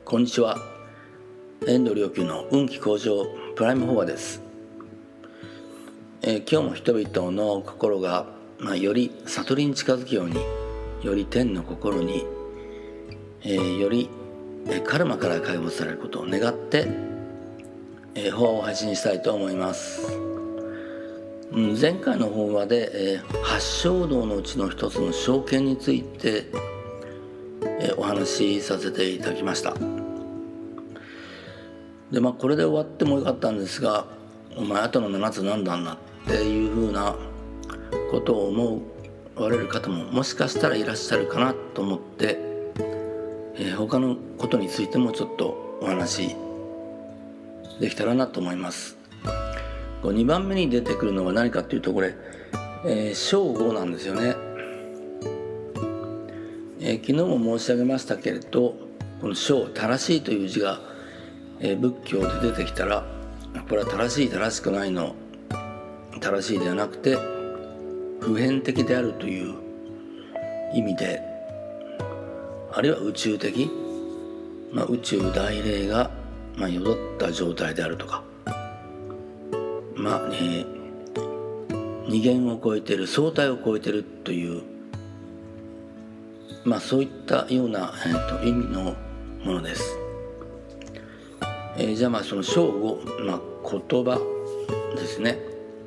こんにちは。遠藤良久の運気向上プライムフォアです。今日も人々の心が、より悟りに近づくように、より天の心に、よりカルマから解放されることを願って、法話を配信したいと思います。前回の法話で、八正道のうちの一つの正見について、お話しさせていただきました。でこれで終わってもよかったんですが、お前あとの7つ何なんだっていうふうなことを思われる方ももしかしたらいらっしゃるかなと思って、他のことについてもちょっとお話できたらなと思います。2番目に出てくるのは何かっていうと、これ正語なんですよね。昨日も申し上げましたけれど、この正、正しいという字が仏教で出てきたら、これは正しい正しくないの正しいではなくて普遍的であるという意味で、あるいは宇宙的、宇宙大霊が宿った状態であるとか、二元を超えている、相対を超えているという、そういったような、意味のものです。じゃあその正語、言葉ですね。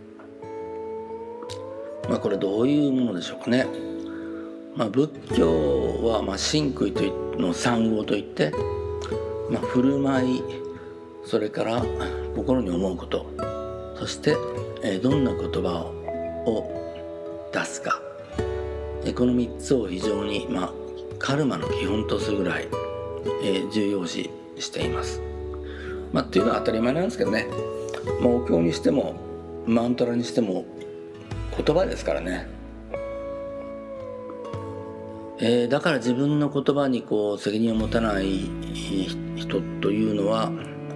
これどういうものでしょうかね。仏教は真悔いの三語といって、振る舞い、それから心に思うこと、そしてどんな言葉を出すか、この3つを非常にカルマの基本とするぐらい重要視しています。っていうのは当たり前なんですけどね。お経にしてもマントラにしても言葉ですからね。だから自分の言葉に責任を持たない人というのは、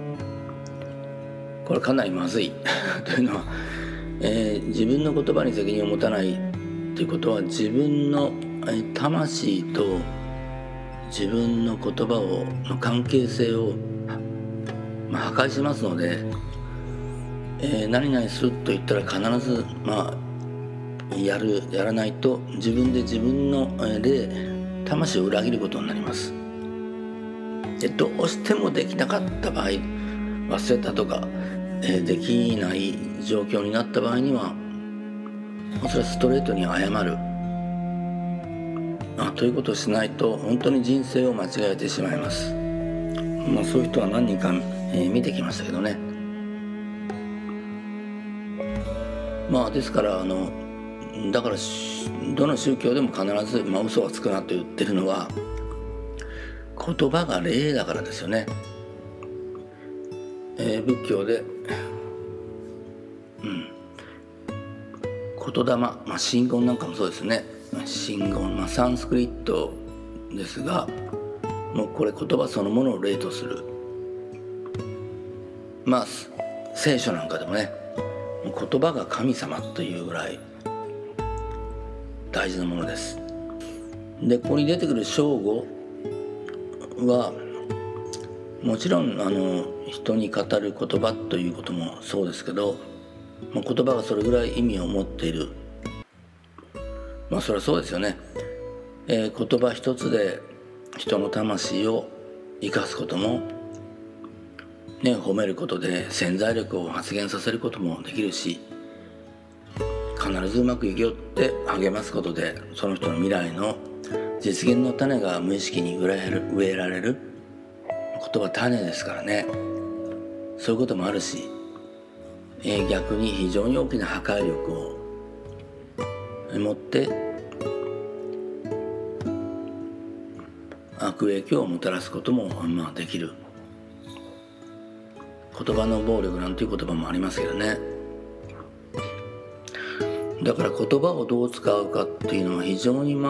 これかなりまずいというのは、自分の言葉に責任を持たないということは、自分の魂と自分の言葉の関係性を破壊しますので、何々すると言ったら必ずやらないと、自分で自分の魂を裏切ることになります。でどうしてもできなかった場合、忘れたとか、できない状況になった場合には、それはストレートに謝るということをしないと、本当に人生を間違えてしまいます。そういう人は何人か、見てきましたけどね。ですからだからどの宗教でも必ず、嘘はつくなと言ってるのは、言葉が霊だからですよね。仏教で、言霊、真言なんかもそうですね。真言、サンスクリットですが、もうこれ言葉そのものを霊とする。聖書なんかでもね、言葉が神様というぐらい大事なものです。でここに出てくる正語は、もちろん人に語る言葉ということもそうですけど、言葉がそれぐらい意味を持っている。それはそうですよね。言葉一つで人の魂を生かすことも、褒めることで潜在力を発現させることもできるし、必ずうまくいきよって励ますことで、その人の未来の実現の種が無意識に植えられる。言葉種ですからね。そういうこともあるし、逆に非常に大きな破壊力を持って悪影響をもたらすこともできる。言葉の暴力なんていう言葉もありますけどね。だから言葉をどう使うかっていうのは非常に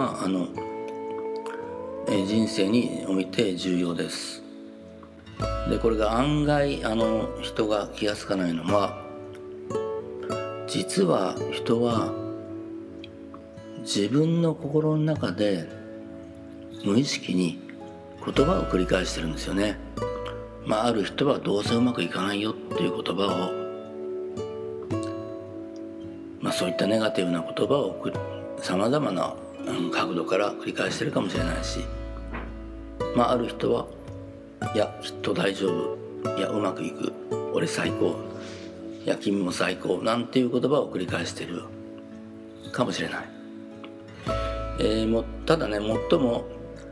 人生において重要です。でこれが案外人が気がつかないのは、実は人は自分の心の中で無意識に言葉を繰り返してるんですよね。ある人はどうせうまくいかないよっていう言葉を、そういったネガティブな言葉をさまざまな角度から繰り返してるかもしれないし、ある人はいやきっと大丈夫、いやうまくいく、俺最高、いや君も最高なんていう言葉を繰り返しているかもしれない。ただね、最も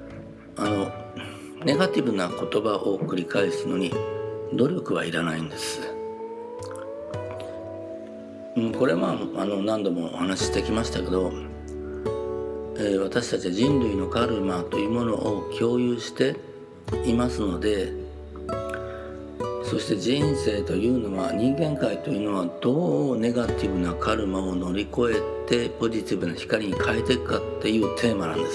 ネガティブな言葉を繰り返すのに努力はいらないんです。これは何度もお話ししてきましたけど、私たちは人類のカルマというものを共有していますので、そして人生というのは、人間界というのはどうネガティブなカルマを乗り越えてポジティブな光に変えていくかっていうテーマなんです。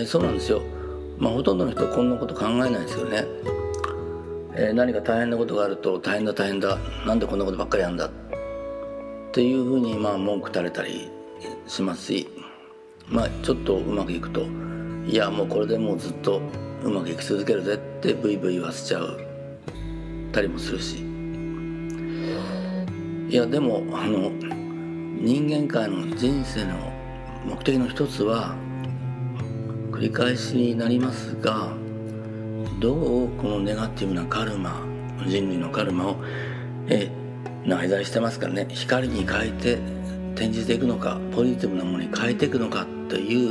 そうなんですよ。ほとんどの人はこんなこと考えないですよね。何か大変なことがあると大変だ、なんでこんなことばっかりやんだっていうふうに文句垂れたりしますし、ちょっとうまくいくと、いやもうこれでもうずっとうまくいき続けるぜってブイブイ言わせちゃうたりもするし、いやでも人間界の人生の目的の一つは繰り返しになりますが、どうこのネガティブなカルマ、人類のカルマを内在してますからね、光に変えて転じていくのか、ポジティブなものに変えていくのかという、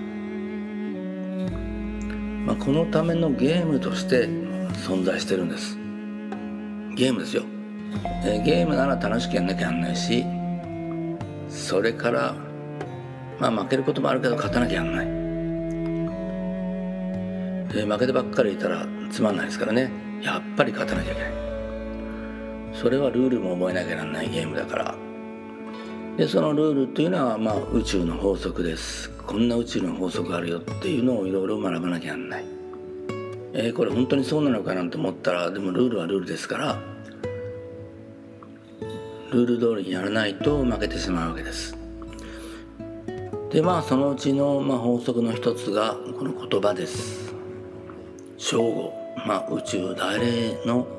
このためのゲームとして存在してるんです。ゲームですよ。ゲームなら楽しくやんなきゃなんないし、それから負けることもあるけど勝たなきゃなんない。負けてばっかりいたらつまんないですからね、やっぱり勝たなきゃいけない。それはルールも覚えなきゃならないゲームだから。でそのルールっていうのは宇宙の法則です。こんな宇宙の法則があるよっていうのをいろいろ学ばなきゃならない。これ本当にそうなのかなんて思ったら、でもルールはルールですから、ルール通りにやらないと負けてしまうわけです。でそのうちの法則の一つがこの言葉です。正語、宇宙大霊の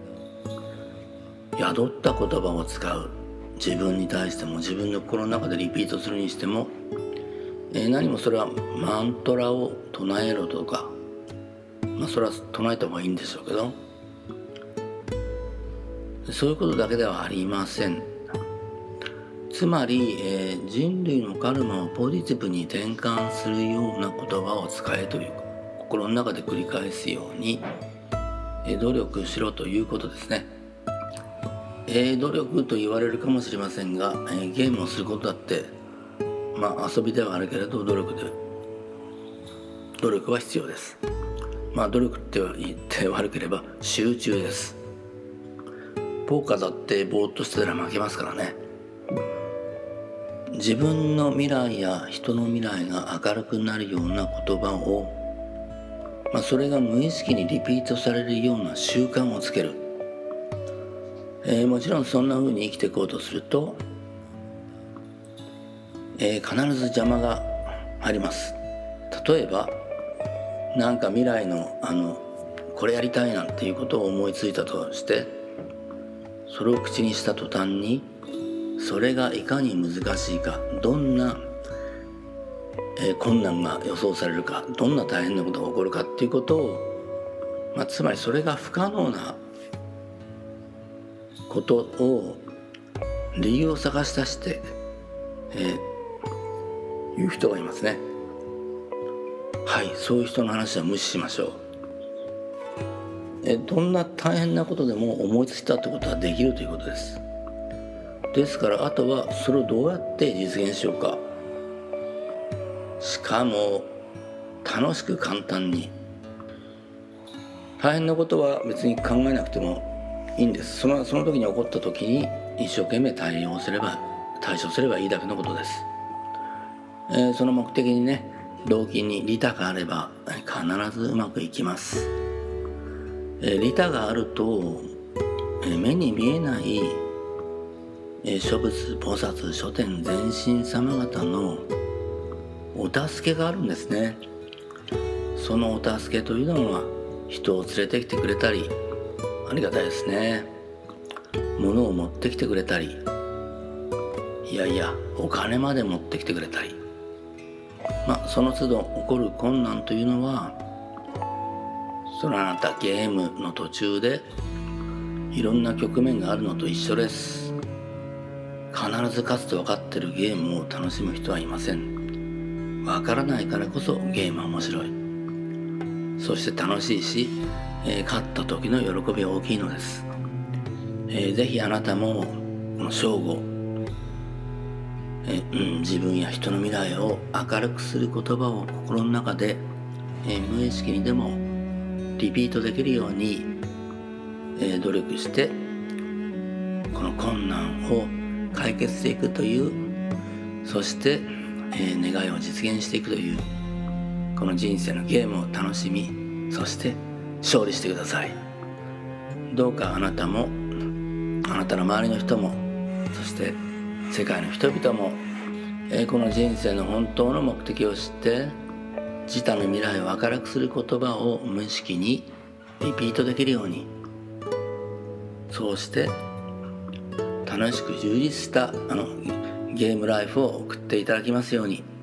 宿った言葉を使う。自分に対しても自分の心の中でリピートするにしても、何もそれはマントラを唱えろとか、それは唱えた方がいいんでしょうけど、そういうことだけではありません。つまり、人類のカルマをポジティブに転換するような言葉を使えという、心の中で繰り返すように、努力しろということですね。努力と言われるかもしれませんが、ゲームをすることだって遊びではあるけれど努力は必要です。努力って言って悪ければ集中です。ポーカーだってぼーっとしてたら負けますからね。自分の未来や人の未来が明るくなるような言葉を、それが無意識にリピートされるような習慣をつける。もちろんそんな風に生きていこうとすると、必ず邪魔が入ります。例えば未来のこれやりたいなんていうことを思いついたとして、それを口にした途端にそれがいかに難しいか、どんな、困難が予想されるか、どんな大変なことが起こるかっていうことを、つまりそれが不可能なことを理由を探し出して、言う人がいますね。そういう人の話は無視しましょう。どんな大変なことでも思いついたってことはできるということです。ですからあとはそれをどうやって実現しようか、しかも楽しく簡単に。大変なことは別に考えなくてもいいんです。その時に起こった時に一生懸命対処すればいいだけのことです。その目的にね、動機に利他があれば必ずうまくいきます。利他があると、目に見えない諸仏菩薩諸天全身様方のお助けがあるんですね。 そのお助けというのは人を連れてきてくれたり、ありがたいですね。物を持ってきてくれたり、いやいやお金まで持ってきてくれたり、その都度起こる困難というのは、そのあなたゲームの途中でいろんな局面があるのと一緒です。必ず勝つと分かっているゲームを楽しむ人はいません。分からないからこそゲームは面白い。そして楽しいし、勝った時の喜びは大きいのです。ぜひあなたもこの正午、自分や人の未来を明るくする言葉を心の中で、無意識にでもリピートできるように、努力してこの困難を解決していくという、そして、願いを実現していくという、この人生のゲームを楽しみ、そして勝利してください。どうかあなたもあなたの周りの人も、そして世界の人々も、この人生の本当の目的を知って自他の未来を明るくする言葉を無意識にリピートできるように、そうして楽しく充実したゲームライフを送っていただきますように。